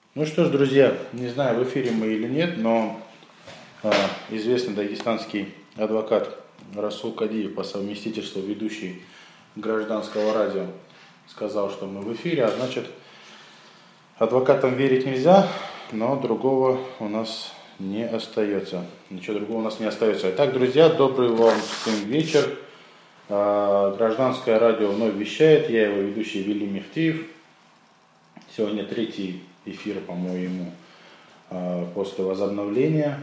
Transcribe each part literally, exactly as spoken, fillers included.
Ну что ж, друзья, не знаю, в эфире мы или нет, но э, известный дагестанский адвокат Расул Кадиев, по совместительству ведущий Гражданского радио, сказал, что мы в эфире, а значит, адвокатам верить нельзя, но другого у нас не остается. Ничего другого у нас не остается. Итак, друзья, добрый вам всем вечер. Э, Гражданское радио вновь вещает, я его ведущий Вели Мехтиев. Сегодня третий эфир, по-моему, после возобновления.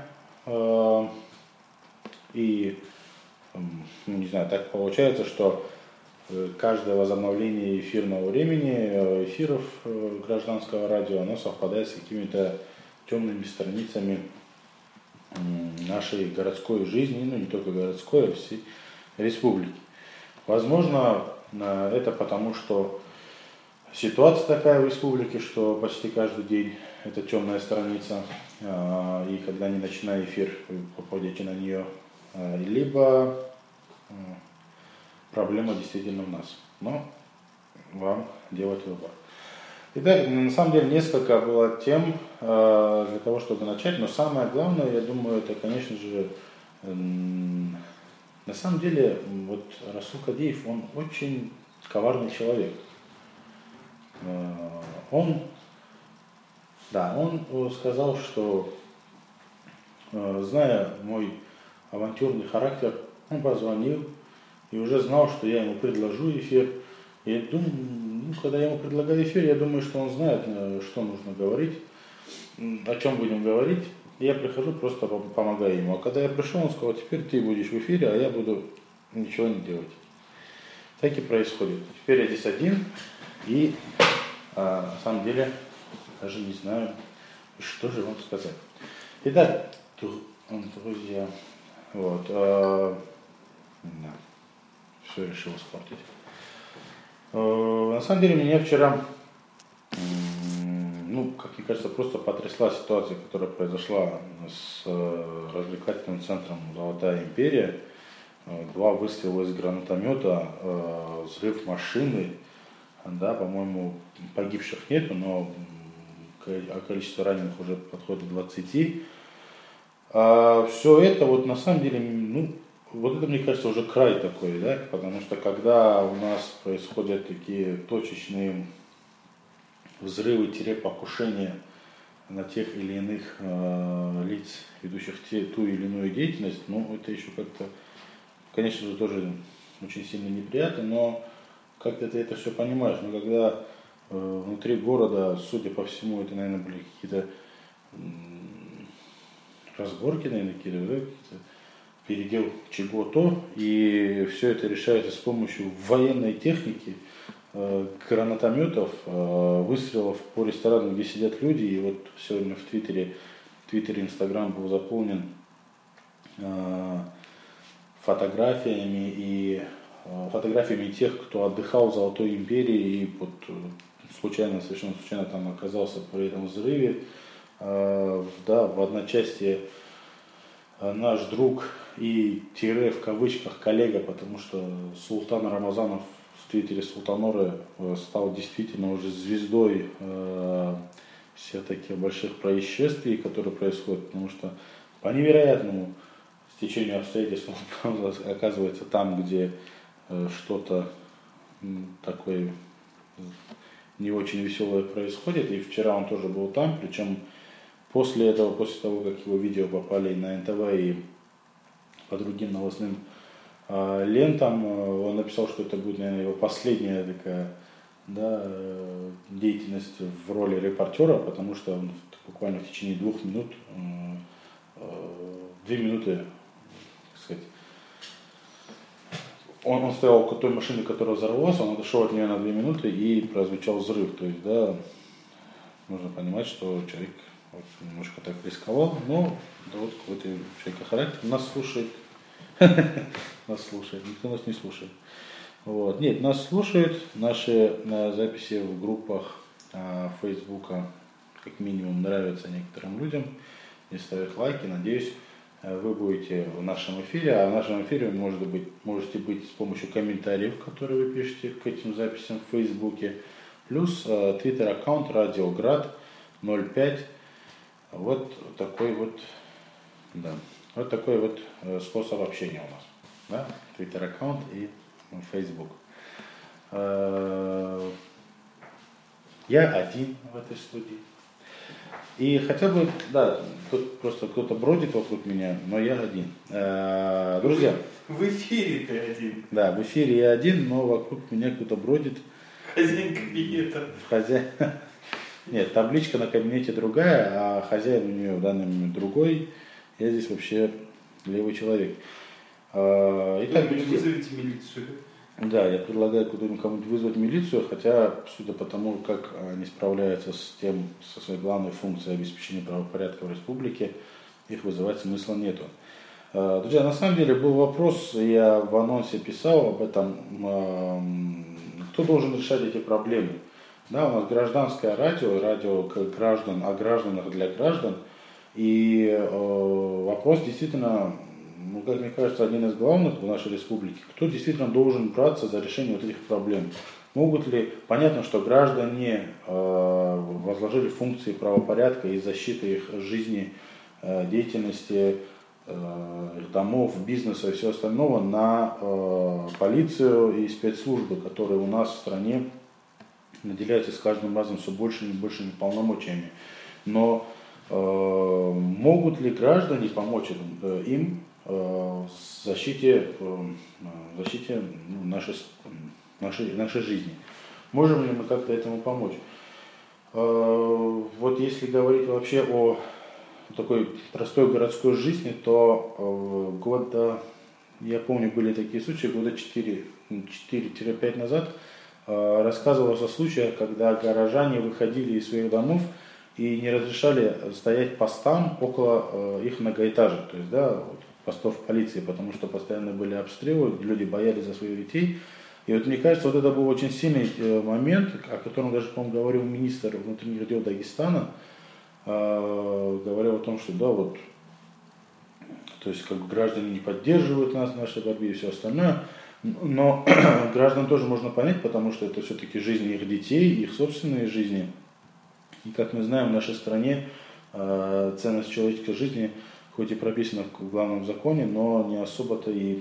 И, ну, не знаю, так получается, что каждое возобновление эфирного времени, эфиров Гражданского радио, оно совпадает с какими-то темными страницами нашей городской жизни, ну не только городской, а всей республики. Возможно, это потому, что ситуация такая в республике, что почти каждый день это темная страница, и когда не начиная эфир, вы попадете на нее, либо проблема действительно в нас. Но вам делать выбор. Итак, на самом деле несколько было тем для того, чтобы начать, но самое главное, я думаю, это, конечно же, на самом деле, вот Расул Кадиев, он очень коварный человек. Он, да, он сказал, что, зная мой авантюрный характер, он позвонил и уже знал, что я ему предложу эфир. И думаю, ну, когда я ему предлагаю эфир, я думаю, что он знает, что нужно говорить, о чем будем говорить. Я прихожу, просто помогаю ему. А когда я пришел, он сказал, теперь ты будешь в эфире, а я буду ничего не делать. Так и происходит. Теперь я здесь один, и а, на самом деле даже не знаю, что же вам сказать. Итак, друзья, вот, а, да, все решил испортить. А, на самом деле меня вчера, ну, как мне кажется, просто потрясла ситуация, которая произошла с развлекательным центром «Золотая империя». Два выстрела из гранатомета, взрыв машины. Да, по-моему, погибших нету, но количество раненых уже подходит к двадцати. А все это вот на самом деле, ну, вот это, мне кажется, уже край такой, да, потому что когда у нас происходят такие точечные взрывы-покушения на тех или иных э, лиц, ведущих те, ту или иную деятельность, ну, это еще как-то, конечно же, тоже очень сильно неприятно, но как-то ты это все понимаешь. Но когда э, внутри города, судя по всему, это, наверное, были какие-то э, разборки, наверное, какие-то, да, какие-то передел чего-то, и все это решается с помощью военной техники, э, гранатометов, э, выстрелов по ресторану, где сидят люди. И вот сегодня в Твиттере, Твиттере, Инстаграм был заполнен э, фотографиями и фотографиями тех, кто отдыхал в Золотой империи и вот случайно, совершенно случайно там оказался при этом взрыве. Да, в одночасье наш друг и тире в кавычках коллега, потому что Султан Рамазанов в Твиттере Султаноры стал действительно уже звездой всех таких больших происшествий, которые происходят, потому что по невероятному стечению обстоятельств он оказывается там, где что-то такое не очень веселое происходит. И вчера он тоже был там, причем после этого, после того, как его видео попали на эн тэ вэ и по другим новостным э, лентам, он написал, что это будет, наверное, его последняя такая, да, деятельность в роли репортера, потому что он буквально в течение двух минут, э, э, две минуты, так сказать, Он, он стоял около той машины, которая взорвалась, он отошел от нее на две минуты и прозвучал взрыв. То есть, да, нужно понимать, что человек вот, немножко так рисковал, но да, вот какой-то у человека характер нас слушает. Нас слушает, никто нас не слушает. Вот. Нет, нас слушают, наши записи в группах Фейсбука как минимум нравятся некоторым людям, и ставят лайки, надеюсь, вы будете в нашем эфире, а в нашем эфире вы можете быть, можете быть с помощью комментариев, которые вы пишете к этим записям в Фейсбуке, плюс твиттер аккаунт Радиоград, ноль пять. Вот такой вот, да, вот такой вот способ общения у нас. Да? Твиттер аккаунт и Facebook. Я один в этой студии. И хотя бы, да, тут просто кто-то бродит вокруг меня, но я один. Друзья. В эфире ты один. Да, в эфире я один, но вокруг меня кто-то бродит. Хозяин кабинета. Хозяин. Нет, табличка на кабинете другая, а хозяин у нее в данный момент другой. Я здесь вообще левый человек. Итак, вызовите милицию. Да, я предлагаю куда-нибудь вызвать милицию, хотя, судя по тому, как они справляются с тем, со своей главной функцией обеспечения правопорядка в республике, их вызывать смысла нету. Друзья, на самом деле был вопрос, я в анонсе писал об этом, кто должен решать эти проблемы. Да, у нас гражданское радио, радио граждан, о гражданах для граждан, и вопрос действительно, ну, как мне кажется, один из главных в нашей республике, кто действительно должен браться за решение вот этих проблем. Могут ли, понятно, что граждане э, возложили функции правопорядка и защиты их жизни, э, деятельности, э, их домов, бизнеса и всего остального на э, полицию и спецслужбы, которые у нас в стране наделяются с каждым разом все большими и большими полномочиями. Но э, могут ли граждане помочь им, им в защите, в защите ну, нашей, нашей, нашей жизни? Можем ли мы как-то этому помочь? Вот если говорить вообще о такой простой городской жизни, то года, я помню, были такие случаи, года четыре-пять назад рассказывалось о случаях, когда горожане выходили из своих домов и не разрешали стоять постам около их многоэтажек, то есть, да, постов полиции, потому что постоянно были обстрелы, люди боялись за своих детей. И вот мне кажется, вот это был очень сильный момент, о котором даже, по-моему, говорил министр внутренних дел Дагестана, э, говорил о том, что да, вот, то есть как бы граждане не поддерживают нас в нашей борьбе и все остальное, но граждан тоже можно понять, потому что это все-таки жизни их детей, их собственные жизни. И как мы знаем, в нашей стране э, ценность человеческой жизни хоть и прописано в главном законе, но не особо-то и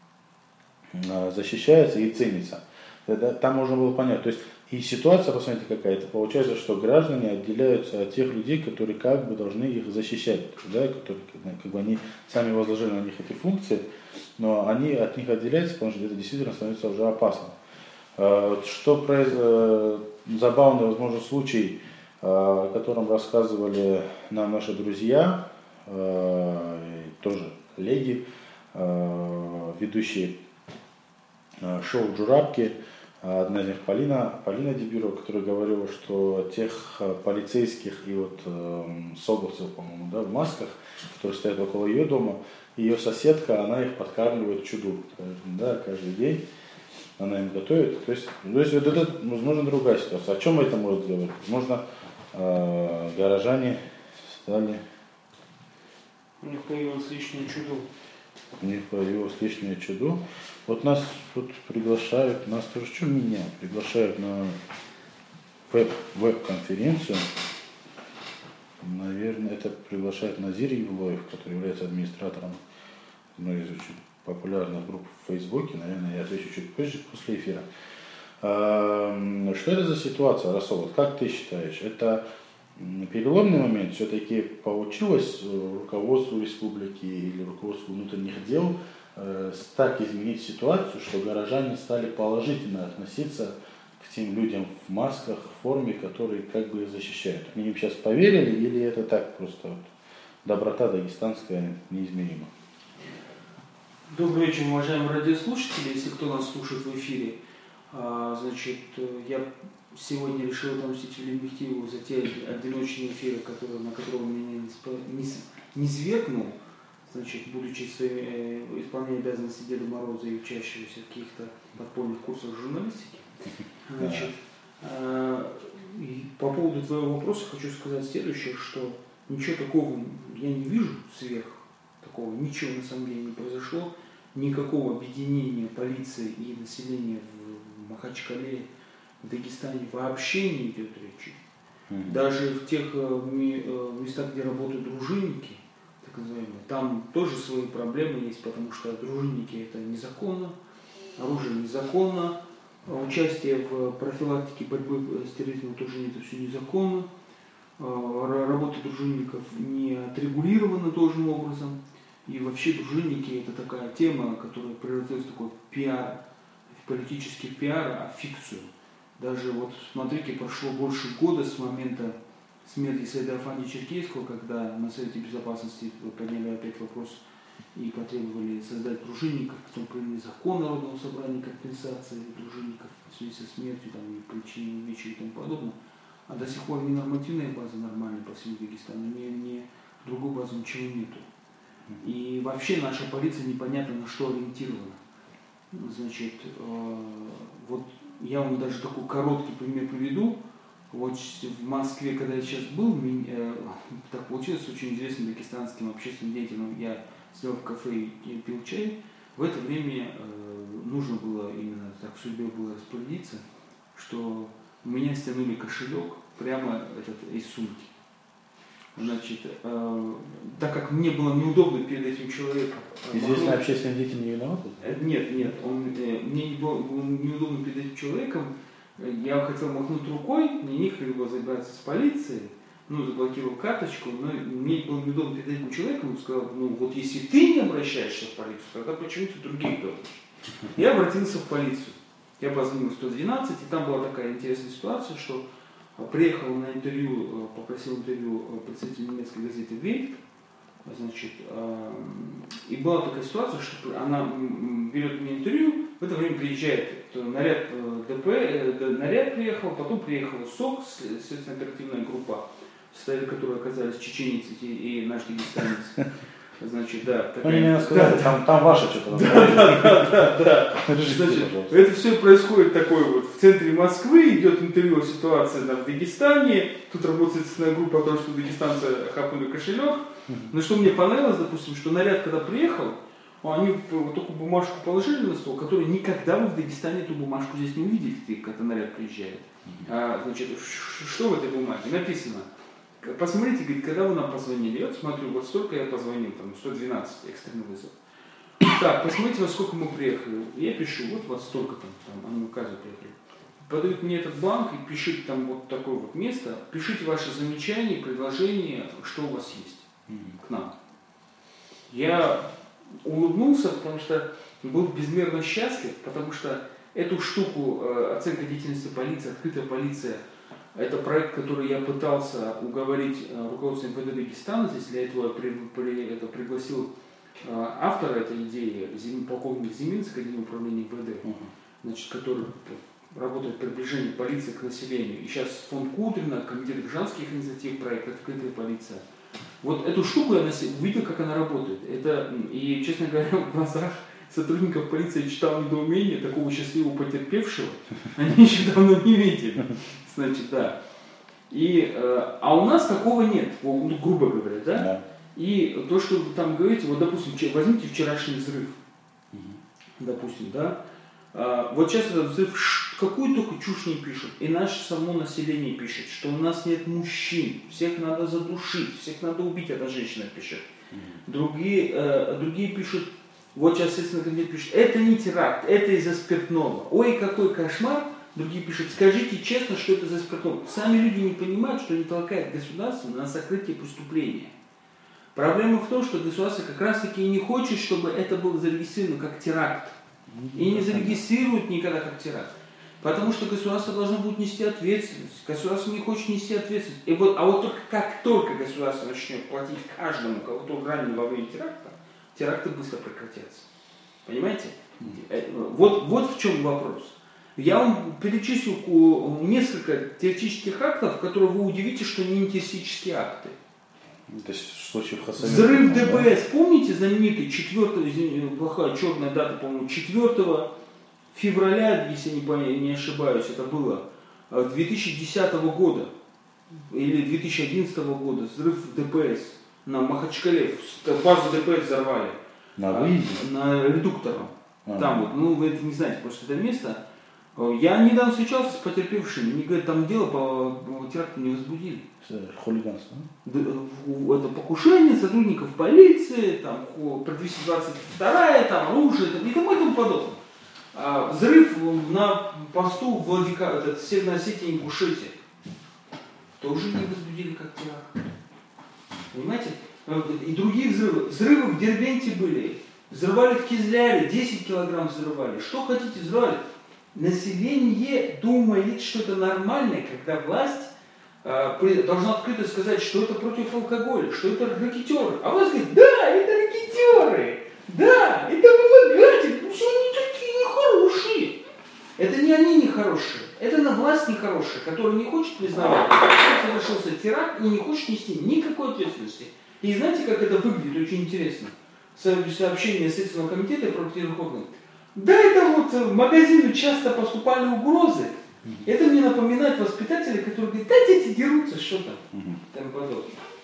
защищается и ценится. Это, там можно было понять. То есть и ситуация, посмотрите, какая-то. Получается, что граждане отделяются от тех людей, которые как бы должны их защищать, да, которые как бы они сами возложили на них эти функции, но они от них отделяются, потому что это действительно становится уже опасно. Что произошло, забавный, возможно, случай, о котором рассказывали нам наши друзья, тоже коллеги, ведущие шоу «Джурабки», одна из них Полина, Полина Дебюрова, которая говорила, что тех полицейских и вот соговцев, по-моему, да, в масках, которые стоят около ее дома, ее соседка, она их подкармливает чуду, да, каждый день. Она им готовит. То есть, то есть вот это, возможно, другая ситуация. О чем это может говорить? Возможно, э, горожане стали... У них появилось лишнее чудо. У них появилось лишнее чудо. Вот нас тут приглашают, нас тоже, что меня, приглашают на веб, веб-конференцию. Наверное, это приглашает Назир Евлоев, который является администратором одной из очень популярных групп в Фейсбуке. Наверное, я отвечу чуть позже, после эфира. Что это за ситуация, Расул? Вот как ты считаешь, это переломный момент? Все-таки получилось руководству республики или руководству внутренних дел так изменить ситуацию, что горожане стали положительно относиться к тем людям в масках, в форме, которые как бы их защищают? Они им сейчас поверили или это так просто вот, доброта дагестанская неизмерима? Добрый вечер, уважаемые радиослушатели, если кто нас слушает в эфире. Значит, я сегодня решил отомстить Велимбехтиеву за те одиночные эфиры, которые, на которые он меня не, не, не свергнул, значит, будучи своими, э, исполняя обязанности Деда Мороза и учащегося в каких-то подпольных курсах журналистики. Значит, э, по поводу твоего вопроса хочу сказать следующее, что ничего такого я не вижу сверх такого, ничего на самом деле не произошло, никакого объединения полиции и населения в Махачкале, в Дагестане вообще не идет речи. Mm-hmm. Даже в тех местах, где работают дружинники, так называемые, там тоже свои проблемы есть, потому что дружинники это незаконно, оружие незаконно, участие в профилактике борьбы с терроризмом тоже это все незаконно, работа дружинников не отрегулирована должным образом. И вообще дружинники это такая тема, которая превратилась в такой пиар, в политический пиар, а в фикцию. Даже вот смотрите, прошло больше года с момента смерти Саида Афанди Черкесского, когда на Совете Безопасности подняли опять вопрос и потребовали создать дружинников, потом приняли закон Народного собрания компенсации дружинников в связи со смертью, там, и причиной увечья и тому подобное. А до сих пор ни нормативная база нормальная по всему Дагестану, ни, ни другой базы ничего нету. И вообще наша полиция непонятно на что ориентирована. Значит, э, вот я вам даже такой короткий пример приведу. Вот в Москве, когда я сейчас был, э, так получилось, с очень известным дагестанским общественным деятелем, я сидел в кафе и пил чай. В это время э, нужно было именно так судьбе было распорядиться, что у меня стянули кошелек прямо этот, из сумки. Значит, э, так как мне было неудобно перед этим человеком. Известный общественный деятель не виноват? Нет, нет, он, э, мне не было, было неудобно перед этим человеком. Я хотел махнуть рукой, мне некогда было забираться с полицией, ну, заблокировал карточку, но мне было неудобно перед этим человеком, он сказал, ну, вот если ты не обращаешься в полицию, тогда почему ты других говоришь? Я обратился в полицию. Я позвонил в сто двенадцать, и там была такая интересная ситуация, что приехал на интервью, попросил интервью представитель немецкой газеты «Вельт», значит, и была такая ситуация, что она берет мне интервью, в это время приезжает наряд ДП, наряд приехал, потом приехал СОК, следственная оперативная группа, в составе которой оказались чеченец и наш дагестанец. Значит, да. Такая... Они мне сказали, да, там, там ваше что-то. Да, да, да, да, да. Значит, это все происходит такой вот в центре Москвы, идет интервью о ситуации да, в Дагестане, тут работает следственная группа о том, что дагестанцы хапнули кошелек. Но что мне понравилось, допустим, что наряд, когда приехал, они вот такую бумажку положили на стол, которую никогда вы в Дагестане эту бумажку здесь не увидите, когда наряд приезжает. А, значит, что в этой бумаге написано? Посмотрите, говорит, когда вы нам позвонили. Я вот смотрю, вот столько я позвонил, там, сто двенадцать экстренный вызов. Так, посмотрите, во сколько мы приехали. Я пишу, вот во столько там, там они указывают, приехали. Подают мне этот бланк и пишите там вот такое вот место. Пишите ваши замечания, предложения, что у вас есть к нам. Я улыбнулся, потому что был безмерно счастлив, потому что эту штуку, э, оценка деятельности полиции, открытая полиция, это проект, который я пытался уговорить э, руководство МВД Дагестана. Здесь для этого я при, при, это, пригласил э, автора этой идеи, Зим, полковник Зимин с Академии управления МВД, uh-huh. значит, который работает при приближении полиции к населению. И сейчас фонд Кудрина, комитет гражданских инициатив, проект «Открытая полиция». Вот эту штуку я увидел, как она работает. Это, и, честно говоря, в глазах сотрудников полиции я читал недоумение такого счастливого потерпевшего. Они еще давно не видели. Значит, да. И, э, а у нас такого нет, ну, грубо говоря, да? да? И то, что вы там говорите, вот, допустим, возьмите вчерашний взрыв, угу. допустим, да? А, вот сейчас этот взрыв, какую только чушь не пишут, и наше само население пишет, что у нас нет мужчин, всех надо задушить, всех надо убить, эта женщина пишет. Угу. Другие, э, другие пишут, вот сейчас, естественно, комитет пишет, это не теракт, это из-за спиртного. Ой, какой кошмар. Другие пишут, скажите честно, что это за спиртное. Сами люди не понимают, что они толкают государство на сокрытие преступления. Проблема в том, что государство как раз таки и не хочет, чтобы это было зарегистрировано как теракт. И не зарегистрируют никогда как теракт. Потому что государство должно будет нести ответственность. Государство не хочет нести ответственность. И вот, а вот только, как только государство начнет платить каждому, кого-то ранили во время теракта, теракты быстро прекратятся. Понимаете? Вот, вот в чем вопрос. Я вам перечислю несколько террористических актов, которые вы удивитесь, что не террористические акты. То есть в случае в Хасане... Взрыв ДПС, да? Помните знаменитый четвёртого, плохая черная дата, по-моему, четвёртого февраля, если не, не ошибаюсь, это было две тысячи десятого года или две тысячи одиннадцатого года, взрыв ДПС на Махачкале, базу ДПС взорвали. На выезде? На редуктором. А. Там вот, ну вы это не знаете, просто это место. Я недавно встречался с потерпевшими, они говорят, там дело по теракту не возбудили. Хулиганство. Да, это покушение сотрудников полиции, там, про двести двадцать вторая, там, оружие, и тому и тому подобное. А, взрыв на посту в Владика, этот, Северной Осетии и Ингушетии тоже не возбудили как теракт. Понимаете? И другие взрывы. Взрывы в Дербенте были. Взрывали в Кизляре, десять килограмм взрывали. Что хотите, взрывали. Население думает, что это нормально, когда власть э, должна открыто сказать, что это против алкоголя, что это ракетеры. А власть говорит, да, это ракетеры, да, это вымогатели, ну все они такие нехорошие. Это не они нехорошие, это на власть нехорошая, которая не хочет признавать, что совершился теракт и не хочет нести никакой ответственности. И знаете, как это выглядит очень интересно? Сообщение Следственного комитета и правоохранительных органов. Да, это вот в магазину часто поступали угрозы. Это мне напоминает воспитателей, которые говорят, да, дети дерутся, что там, угу. Там подобное.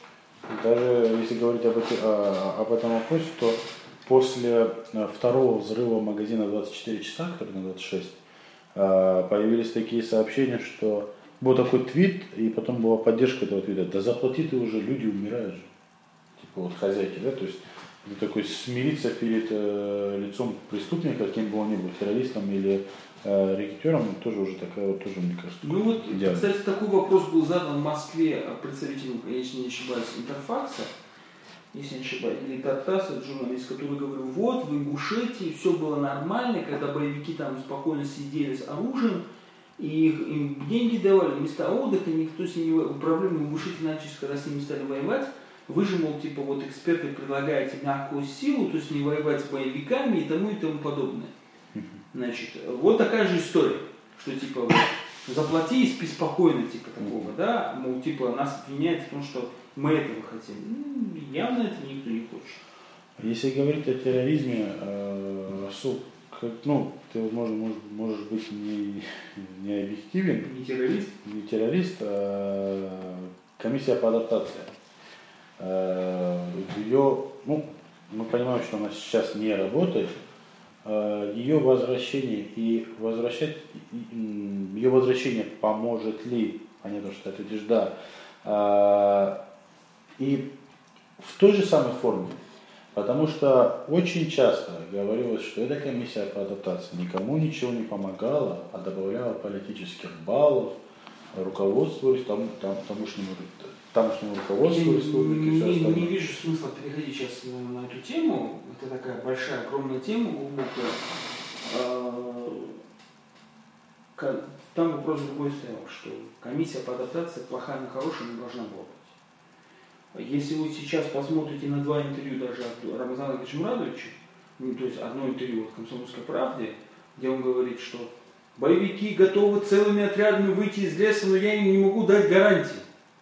Даже если говорить об, эти, о, об этом вопросе, то после второго взрыва магазина двадцать четыре часа, который на двадцать шесть, появились такие сообщения, что был такой твит, и потом была поддержка этого твита. Да заплати ты уже, люди умирают же. Типа вот хозяйки, да, то есть такой смириться перед э, лицом преступника, кем бы он ни был, террористом или э, рекетером, тоже уже такая вот, тоже, мне кажется, ну вот, идеально. Кстати, такой вопрос был задан в Москве представителем, если не ошибаюсь, Интерфакса, если не ошибаюсь, или Тартаса, журналист, который говорил, вот, в Ингушетии все было нормально, когда боевики там спокойно сидели с оружием, и им деньги давали, места отдыха, никто с ними, проблемы в Ингушетии начались, когда с ними стали воевать. Вы же, мол, типа, вот эксперты предлагаете мягкую силу, то есть не воевать с боевиками и тому и тому подобное. Значит, вот такая же история, что типа вот, заплати и спи спокойно, типа такого, да, мол, типа нас обвиняют в том, что мы этого хотим. Ну, явно это никто не хочет. Если говорить о терроризме, э, ну, ты, возможно, можешь, можешь быть не, не объективен. Не террорист? Не террорист, а комиссия по адаптации. Ее, ну, мы понимаем, что она сейчас не работает, ее возвращение и возвращать, ее возвращение поможет ли, понятно, что это лишь да, и в той же самой форме, потому что очень часто говорилось, что эта комиссия по адаптации никому ничего не помогала, а добавляла политических баллов, руководствуясь там, там, тамошнему тамошнему руководству республики и все не, остальное. Не вижу смысла переходить сейчас на, на эту тему. Это такая большая, огромная тема, глубокая. Там вопрос другой стоял, что комиссия по адаптации плохая, но хорошая не должна была быть. Если вы сейчас посмотрите на два интервью даже от Рамазана Ильича Мурадовича, ну, то есть одно интервью от «Комсомольской правды», где он говорит, что боевики готовы целыми отрядами выйти из леса, но я им не могу дать гарантии.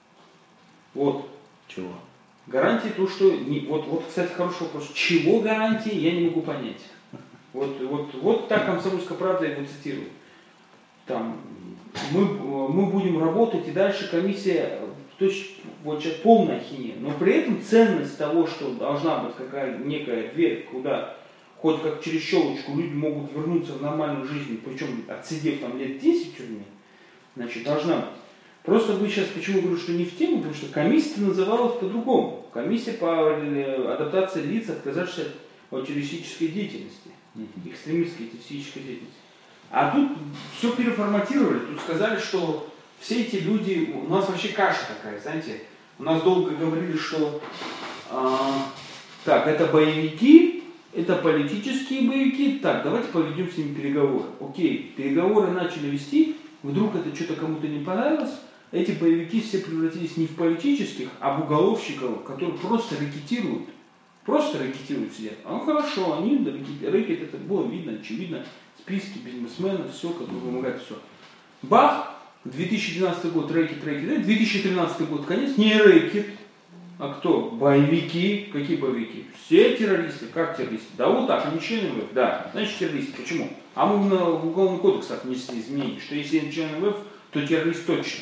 Вот. Чего? Гарантии то, что... Не, вот, вот, кстати, хороший вопрос. Чего гарантии, я не могу понять. Вот, вот, вот так «Комсомольская правда» его цитирует. Там, мы, мы будем работать, и дальше комиссия... То есть, вот сейчас полная ахинея. Но при этом ценность того, что должна быть какая некая дверь, куда хоть как через щелочку люди могут вернуться в нормальную жизнь, причем отсидев там лет десять в тюрьме, значит, должна быть. Просто вы сейчас, почему говорю, что не в тему, потому что комиссия называлась по-другому. Комиссия по адаптации лиц, отказавшихся от террористической деятельности, экстремистской террористической деятельности. А тут все переформатировали, тут сказали, что все эти люди, у нас вообще каша такая, знаете, у нас долго говорили, что а, так, это боевики, это политические боевики, так, давайте поведем с ними переговоры. Окей, переговоры начали вести, вдруг это что-то кому-то не понравилось, эти боевики все превратились не в политических, а в уголовщиков, которые просто рэкетируют. Просто рэкетируют сидят. А ну хорошо, они рэкет, это было видно, очевидно, списки бизнесменов, все, которые вымогают все. Бах! две тысячи двенадцатый год рэкет, рэкет, две тысячи тринадцатый год конец, не рэкет. А кто? Боевики. Какие боевики? Все террористы. Как террористы? Да вот так, они члены МВФ. Да, значит террористы. Почему? А мы в Уголовный кодекс так внесли изменения, что если они члены МВФ, то террорист точно.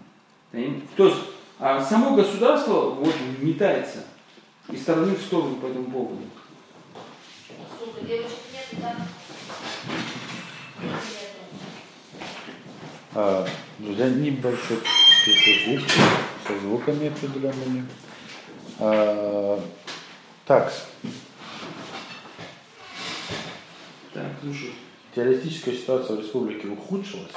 То есть а само государство вот метается из стороны в сторону по этому поводу. Сука, девочек нет, да? А, друзья, небольшой перезвук со звуками определенными. А, так. Так, слушай. Террористическая ситуация в республике ухудшилась.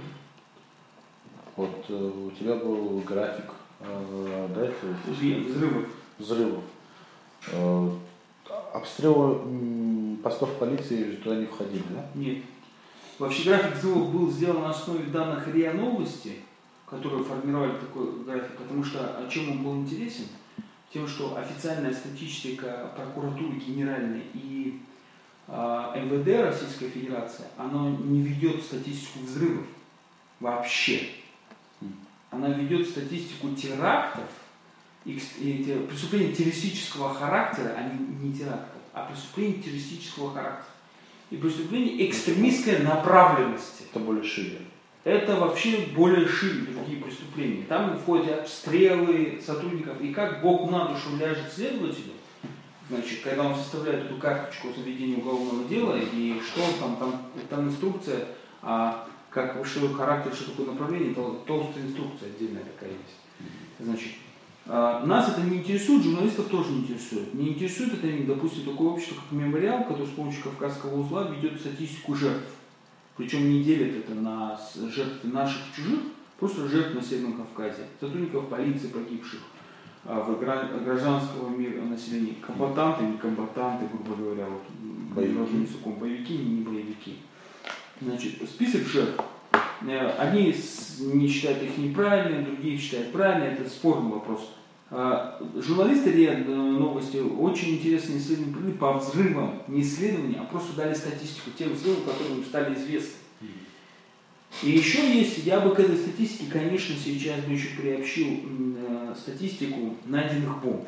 Вот э, у тебя был график, э, да, взрывов. Взрывов. Э, обстрелы м, постов полиции туда не входили, да? Нет. Вообще график взрывов был сделан на основе данных РИА Новости, которые формировали такой график, потому что о чем он был интересен? Тем, что официальная статистика прокуратуры генеральной и э, эм вэ дэ Российской Федерации, она не ведет статистику взрывов вообще. Она ведет статистику терактов, и, и, преступлений террористического характера, а не, не терактов, а преступлений террористического характера. И преступление экстремистской направленности. Это более шире. Это вообще более шире другие преступления. Там входят обстрелы сотрудников. И как Бог на душу ляжет следователю, значит, когда он составляет эту карточку заведения уголовного дела, и что он там, там, там инструкция, а как, что характер, что такое направление, то, толстая инструкция отдельная такая есть. Значит, нас это не интересует, журналистов тоже не интересует. Не интересует это, допустим, такое общество, как Мемориал, которое с помощью Кавказского узла ведет статистику жертв. Причем не делит это на жертвы наших и чужих, просто жертв на Северном Кавказе, сотрудников полиции погибших, гражданского мира, населения, комбатанты, не комбатанты, грубо говоря, вот, боевики. боевики, не боевики. Значит, список жертв. Одни не считают их неправильными, другие считают правильными, это спорный вопрос. Журналисты РИА Новости очень интересные исследования провели по взрывам, не исследования, а просто дали статистику тем взрывам, которые им стали известны. И еще есть, я бы к этой статистике, конечно, сейчас бы еще приобщил статистику найденных бомб.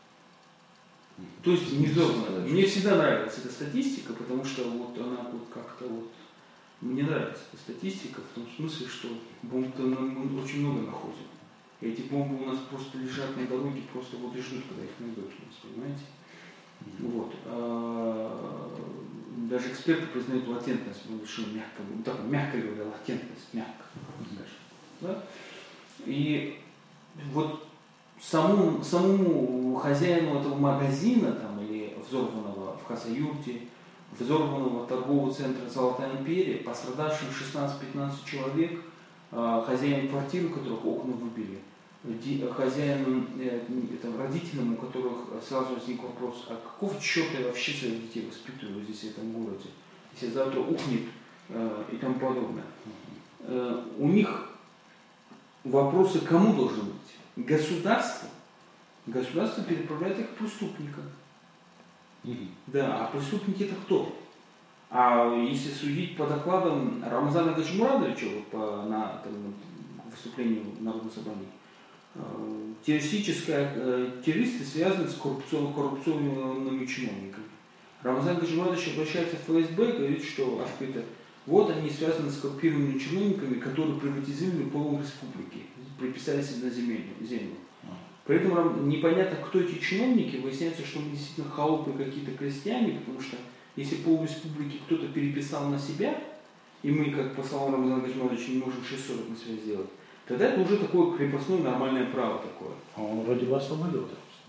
То есть не взорванных. Мне всегда нравилась эта статистика, потому что вот она вот как-то вот... Мне нравится эта статистика в том смысле, что бомб-то мы очень много находим. И эти бомбы у нас просто лежат на дороге, просто вот и ждут, когда их найдут, понимаете? Mm-hmm. Вот. А, даже эксперты признают латентность, что мягко, ну, так, мягко говоря, латентность, мягко, скажем. Да? И вот самому, самому хозяину этого магазина там, или взорванного в Хасаюрте, взорванного торгового центра «Золотая империя», пострадавшим шестнадцать-пятнадцать человек, хозяин квартиры, у которых окна выбили, хозяинам, родителям, у которых сразу возник вопрос, а какого черта я вообще своих детей воспитываю здесь, в этом городе, если завтра ухнет и тому подобное. У них вопросы кому должны быть? Государство. Государство переправляет их к преступникам. Mm-hmm. Да, а преступники это кто? А если судить по докладам Рамазана Гаджимурадовича вот, по, на там, выступлении в Народном собрании, э, террористические э, террористы связаны с коррупцион, коррупционными чиновниками. Рамазан Гаджимурадович обращается в эф эс бэ и говорит, что это, вот они связаны с коррумпированными чиновниками, которые приватизировали пол республики, приписали себе на землю. землю. При этом непонятно, кто эти чиновники, выясняется, что они действительно холопы какие-то крестьяне, потому что если пол республики кто-то переписал на себя, и мы, как по словам Рамазана Гаджимурадовича, не можем шесть сорок на себя сделать, тогда это уже такое крепостное нормальное право такое. А он вроде бы освободил.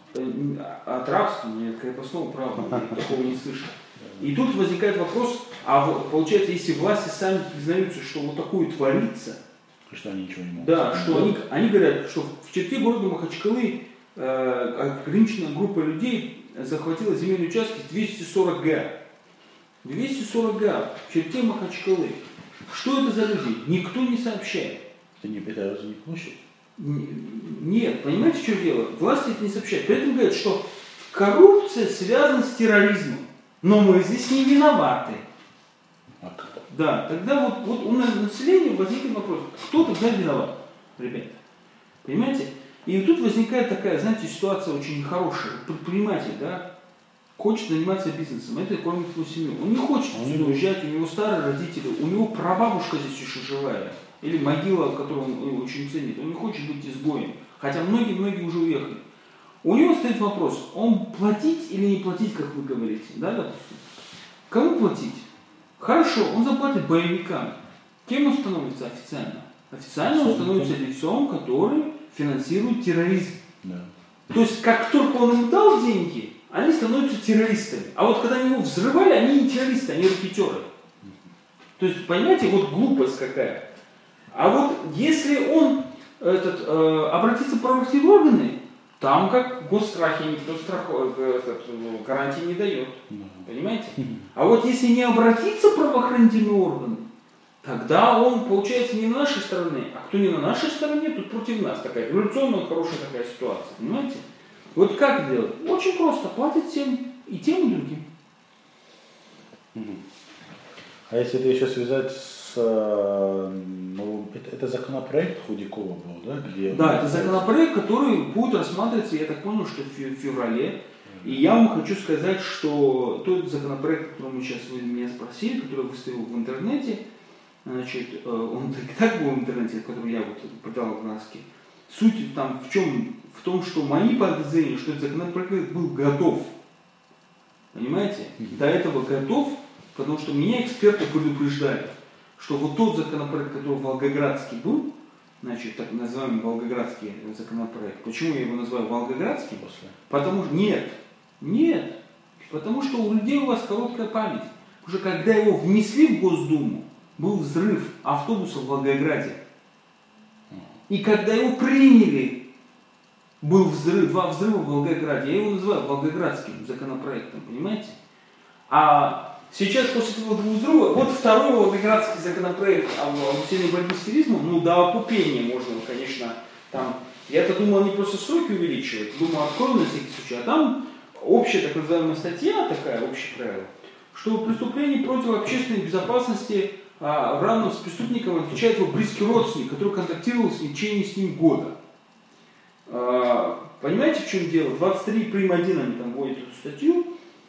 От рабства, нет, крепостного права, я такого не слышал. И тут возникает вопрос, а получается, если власти сами признаются, что вот такое творится, что они ничего не могут. Да, что они, они говорят, что в черте города Махачкалы э, ограниченная группа людей захватила земельные участки двести сорок га. двести сорок га в черте Махачкалы. Что это за люди? Никто не сообщает. Это не, это разве не площадь? Нет, понимаете, что дело? Власти это не сообщают. При этом говорят, что коррупция связана с терроризмом. Но мы здесь не виноваты. А кто? Да, тогда вот, вот у населения возникнет вопрос, кто тогда виноват, ребята? Понимаете? И тут возникает такая, знаете, ситуация очень хорошая. Предприниматель, да, хочет заниматься бизнесом, это кормит свою семью. Он не хочет отсюда уезжать, у него старые родители, у него прабабушка здесь еще живая, или могила, которую он очень ценит. Он не хочет быть изгоем, хотя многие-многие уже уехали. У него стоит вопрос, он платить или не платить, как вы говорите, да, допустим? Кому платить? Хорошо, он заплатит боевикам. Кем он становится официально? Официально он становится лицом, который финансирует терроризм. Да. То есть, как только он им дал деньги, они становятся террористами. А вот когда они его взрывали, они не террористы, они ракетеры. То есть, понимаете, вот глупость какая. А вот если он этот, э, обратится в правоохранительные органы, там как в госстрахе никто страхов, этот, гарантии не дает. Понимаете? А вот если не обратиться в правоохранительные органы, тогда он, получается, не на нашей стороне. А кто не на нашей стороне, тут против нас такая революционная, хорошая такая ситуация. Понимаете? Вот как делать? Очень просто. Платят всем и тем, и другим. А если это еще связать с... Ну, это, это законопроект Худякова был, да? Где да, это законопроект, который будет рассматриваться, я так понял, что в феврале. И я вам хочу сказать, что тот законопроект, который мы сейчас вы меня спросили, который я выставил в интернете, значит, он и так был в интернете, который я вот подал в НАСКе. Суть там в чем? В том, что мои подозрения, что этот законопроект был готов. Понимаете? До этого готов, потому что меня эксперты предупреждали, что вот тот законопроект, который Волгоградский был, значит, так называемый Волгоградский законопроект. Почему я его называю Волгоградским? После. Потому что нет, нет, потому что у людей у вас короткая память. Уже когда его внесли в Госдуму, был взрыв автобуса в Волгограде. И когда его приняли, был взрыв, два взрыва в Волгограде. Я его называю Волгоградским законопроектом, понимаете? А сейчас после этого двух взрывов, вот второй Волгоградский законопроект о усилении борьбы с терроризмом, ну до опупения можно, конечно, там, я-то думал, они просто сроки увеличивают, думаю, открою на всякий случай, а там общая так называемая статья, такая, общее правило, что преступление против общественной безопасности а, в равном с преступником отвечает его близкий родственник, который контактировал с ним в течение с ним года. А, понимаете, в чем дело? двадцать три прим. один они там вводят эту статью.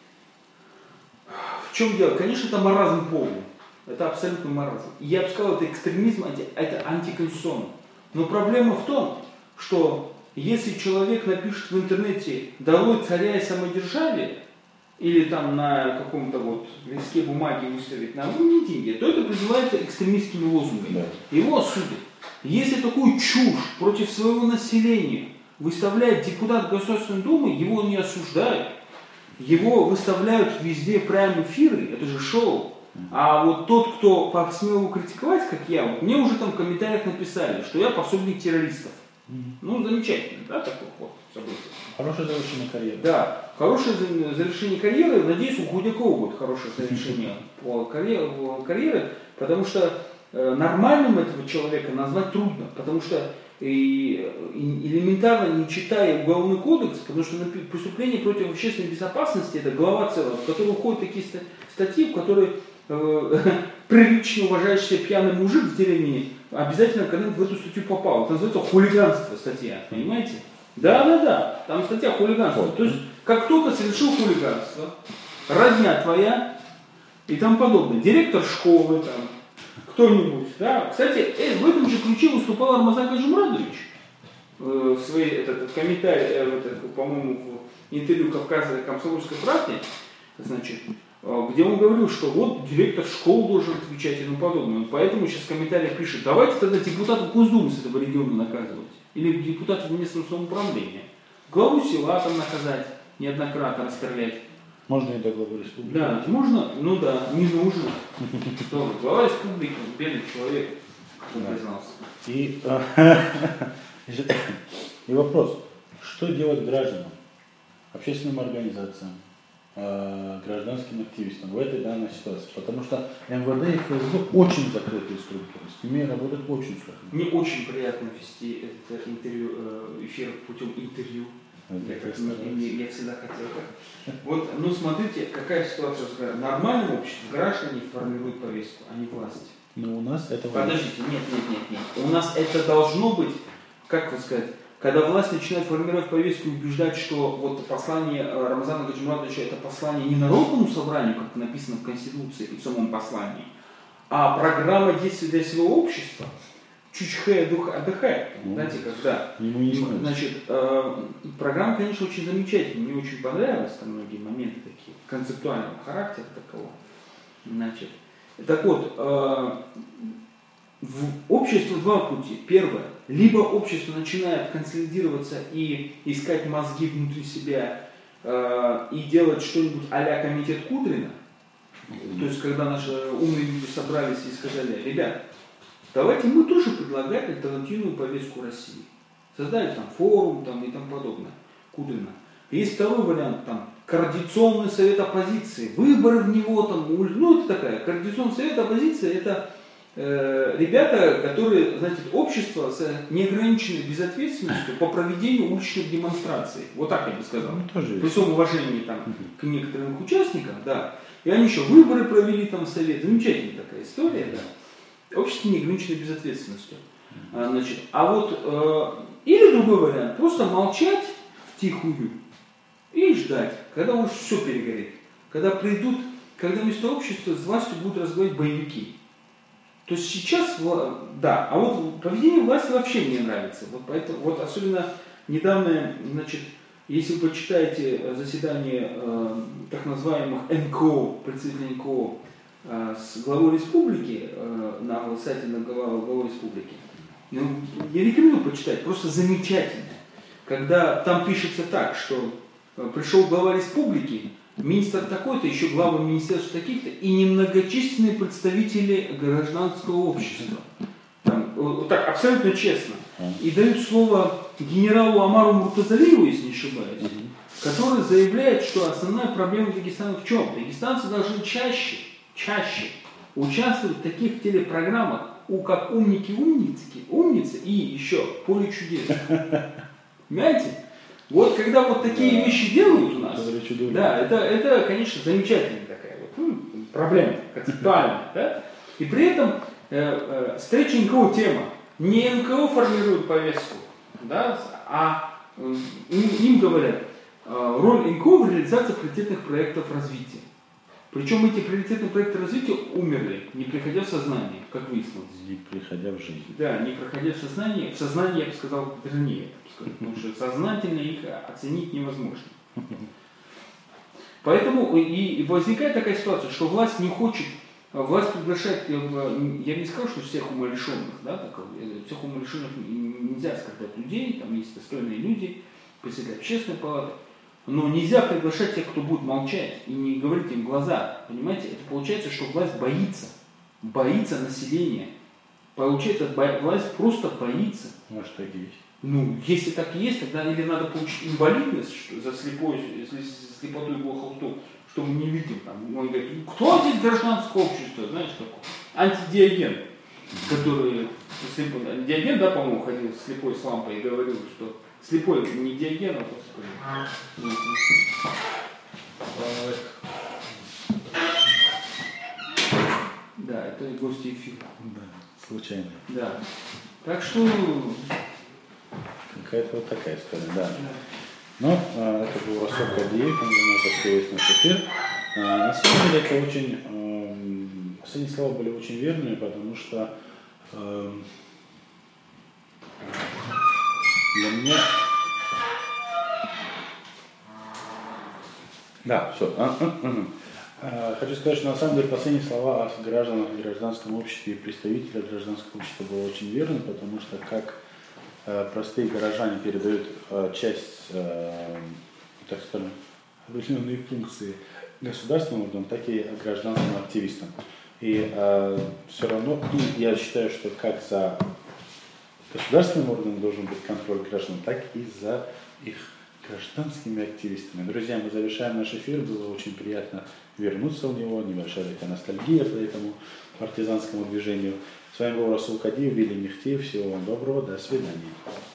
В чем дело? Конечно, это маразм полный. Это абсолютно маразм. И я бы сказал, это экстремизм, это антиконституционно. Но проблема в том, что если человек напишет в интернете «долой царя и самодержавие», или там на каком-то вот листке бумаги выставить на митинге, то это призывается экстремистскими лозунгами. Да. Его осудят. Если такую чушь против своего населения выставляет депутат Государственной Думы, его не осуждают. Его выставляют везде прайм-эфиры, это же шоу. А вот тот, кто посмел его критиковать, как я, вот, мне уже там в комментариях написали, что я пособник террористов. Mm-hmm. Ну, замечательно, да, такой ход событий. Хорошее завершение карьеры. Да, хорошее завершение карьеры. Надеюсь, у Худякова будет хорошее завершение по карьеры, потому что э, нормальным этого человека назвать трудно, потому что и элементарно не читая Уголовный кодекс, потому что преступление против общественной безопасности это глава целая, в которую уходят такие статьи, в которые э, прилично уважающий пьяный мужик в деревне обязательно когда-нибудь в эту статью попал. Это называется хулиганство статья, понимаете? Да, да, да, там статья хулиганство. То есть, как только совершил хулиганство, родня твоя и тому подобное, директор школы там, кто-нибудь, да. Кстати, э, в этом же ключе выступал Рамазан Гаджимурадович э, в своей, этот, этот комментарий, э, этот, по-моему, в интервью Кавказа Комсомольской правде, значит, э, где он говорил, что вот директор школы должен отвечать и тому подобное. Поэтому сейчас в комментариях пишет, давайте тогда депутатов Госдумы с этого региона наказывать. Или депутатов местного самоуправления. Главу села там наказать, неоднократно расстрелять. Можно и до главы республики? Да, можно, ну да, не нужно. Что вы, глава республики, бедный человек, кто признался. И, и вопрос, что делать гражданам, общественным организациям, гражданским активистам в этой данной ситуации? Потому что эм вэ дэ и эф эс бэ очень закрытые структуры, с ними работать очень сложно. Мне очень приятно вести это интервью, эфир путем интервью. Я, как, я, я всегда хотел так. Вот, ну смотрите, какая ситуация. В нормальном обществе граждане формируют повестку, а не власть. Но у нас это... Подождите, нет, нет, нет, нет. У нас это должно быть, как вы сказать, когда власть начинает формировать повестку и убеждать, что вот послание Рамазана Гаджимурадовича это послание не народному собранию, как написано в Конституции и в самом послании, а программа действий для всего общества, чучхэ отдыхает, знаете, когда, значит, э, программа, конечно, очень замечательная, мне очень понравилась, там многие моменты такие, концептуального характера такого, значит, так вот, э, в обществе два пути. Первое. Либо общество начинает консолидироваться и искать мозги внутри себя э, и делать что-нибудь а-ля комитет Кудрина. То есть, когда наши умные люди собрались и сказали: ребят, давайте мы тоже предлагать альтернативную повестку России. Создали там форум там, и тому подобное. Кудрина. Есть второй вариант, там, координационный совет оппозиции, выборы в него, там, ну это такая, координационный совет оппозиции, это э, ребята, которые, знаете, общество с неограниченной безответственностью по проведению уличных демонстраций. Вот так я бы сказал. Ну, тоже при всем уважении там, к некоторым их участникам, да. И они еще выборы провели там в совет. Замечательная такая история, да. Общество с неограниченной безответственностью. А, значит, а вот, э, или другой вариант, просто молчать втихую и ждать, когда уж все перегорит. Когда придут, когда вместо общества с властью будут разговаривать боевики. То есть сейчас, да, а вот поведение власти вообще мне нравится. Вот, поэтому, вот особенно недавно, значит, если вы почитаете заседание э, так называемых эн ка о, представителей эн ка о э, с главой республики, э, на сайте на главой республики, ну, я рекомендую почитать, просто замечательно. Когда там пишется так, что пришел глава республики, министр такой-то, еще глава министерства таких-то и немногочисленные представители гражданского общества. Там, вот так, абсолютно честно. И дают слово генералу Омару Муртазалиеву, если не ошибаюсь, который заявляет, что основная проблема Дагестана в чем? Дагестанцы должны чаще, чаще участвовать в таких телепрограммах, у, как умники-умницы, умницы и еще поле чудес. Понимаете? Вот когда вот такие да, вещи делают у нас, да, это, это, конечно, замечательная такая вот, ну, проблема, концептуальная, да? И при этом э, э, встреча эн ка о тема. Не эн ка о формирует повестку, да, а э, им, им говорят, э, роль эн ка о в реализации приоритетных проектов развития. Причем эти приоритетные проекты развития умерли, не приходя в сознание, как выяснилось. Не приходя в жизнь. Да, не приходя в сознание. В сознании, я бы сказал, вернее, потому что сознательно их оценить невозможно. Поэтому и возникает такая ситуация, что власть не хочет, власть приглашает, я не скажу, что всех умалишенных, да, так, всех умалишенных нельзя сказать людей, там есть достойные люди, председатель общественной палаты. Но нельзя приглашать тех, кто будет молчать и не говорить им в глаза. Понимаете, это получается, что власть боится. Боится населения. Получается, власть просто боится. Может, так и есть. Ну, если так и есть, тогда или надо получить инвалидность что, за слепой, если слепоту и глухоту, что мы не видим. Там, он говорит, кто здесь гражданское общество? Знаешь, такой антидиоген, который, слепой, Диоген, да, по-моему, ходил слепой с лампой и говорил, что слепой не Диоген, а господи. Да, это гости эфира. Да, случайно. Да. Так что... Какая-то вот такая история, да. да. Но а, это был Расул Кадиев, он занимается наш эфир. А, на самом деле это очень... А, последние слова были очень верными, потому что а, для меня... Да, все. А, а, а. А, хочу сказать, что на самом деле последние слова о гражданах, гражданском обществе и представителях гражданского общества были очень верны, потому что как а, простые горожане передают а, часть, а, так скажем, определенные функции государственным органам, так и гражданским активистам. И а, все равно, и я считаю, что как за государственным органом должен быть контроль граждан, так и за их гражданскими активистами. Друзья, мы завершаем наш эфир. Было очень приятно вернуться в него. Небольшая такая ностальгия по этому партизанскому движению. С вами был Расул Кадиев, Вилли Мехтиев. Всего вам доброго. До свидания.